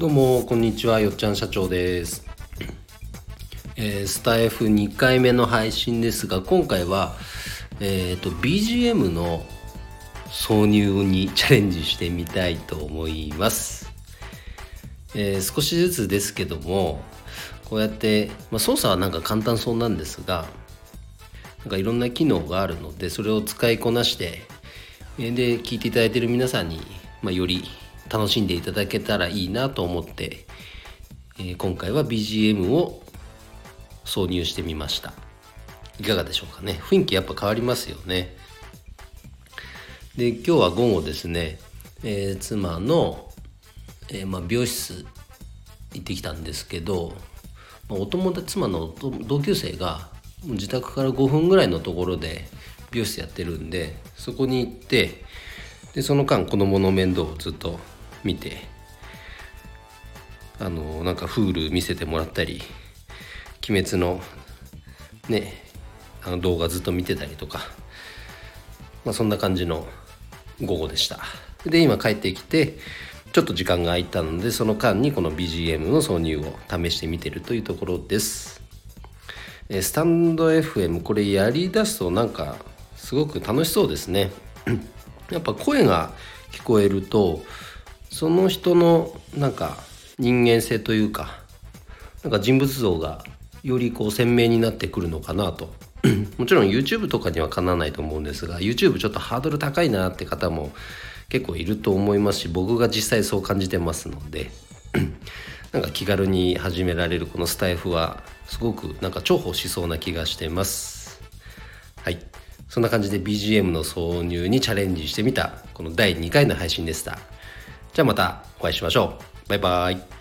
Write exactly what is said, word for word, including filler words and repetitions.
どうもこんにちは、よっちゃん社長です。えースタイフにかいめの配信ですが、今回は、えーと ビージーエム の挿入にチャレンジしてみたいと思います。えー少しずつですけども、こうやって、まあ、操作はなんか簡単そうなんですが、なんかいろんな機能があるので、それを使いこなしてえーで聞いていただいている皆さんに、まあ、より楽しんでいただけたらいいなと思って、えー今回は ビージーエム を挿入してみました。いかがでしょうかね。雰囲気やっぱ変わりますよね。で、今日は午後ですね、えー妻の、えーまあ、美容室行ってきたんですけど、まあお友達妻の同級生がもう自宅からごふんぐらいのところで美容室やってるんで、そこに行って、でその間子供の面倒をずっと見て、あのなんか Hulu 見せてもらったり、鬼滅のねあの動画ずっと見てたりとか、まあ、そんな感じの午後でした。で今帰ってきてちょっと時間が空いたので、その間にこの ビージーエム の挿入を試してみてるというところです。えースタンド エフエム これやりだすとなんかすごく楽しそうですね。やっぱ声が聞こえると、その人のなんか人間性というか、なんか人物像がよりこう鮮明になってくるのかなと。もちろん YouTube とかにはかなわないと思うんですが、 YouTube ちょっとハードル高いなって方も結構いると思いますし、僕が実際そう感じてますのでなんか気軽に始められるこのスタイフはすごくなんか重宝しそうな気がしてます。はい、そんな感じで ビージーエム の挿入にチャレンジしてみたこのだいにかいの配信でした。じゃあまたお会いしましょう。バイバイ。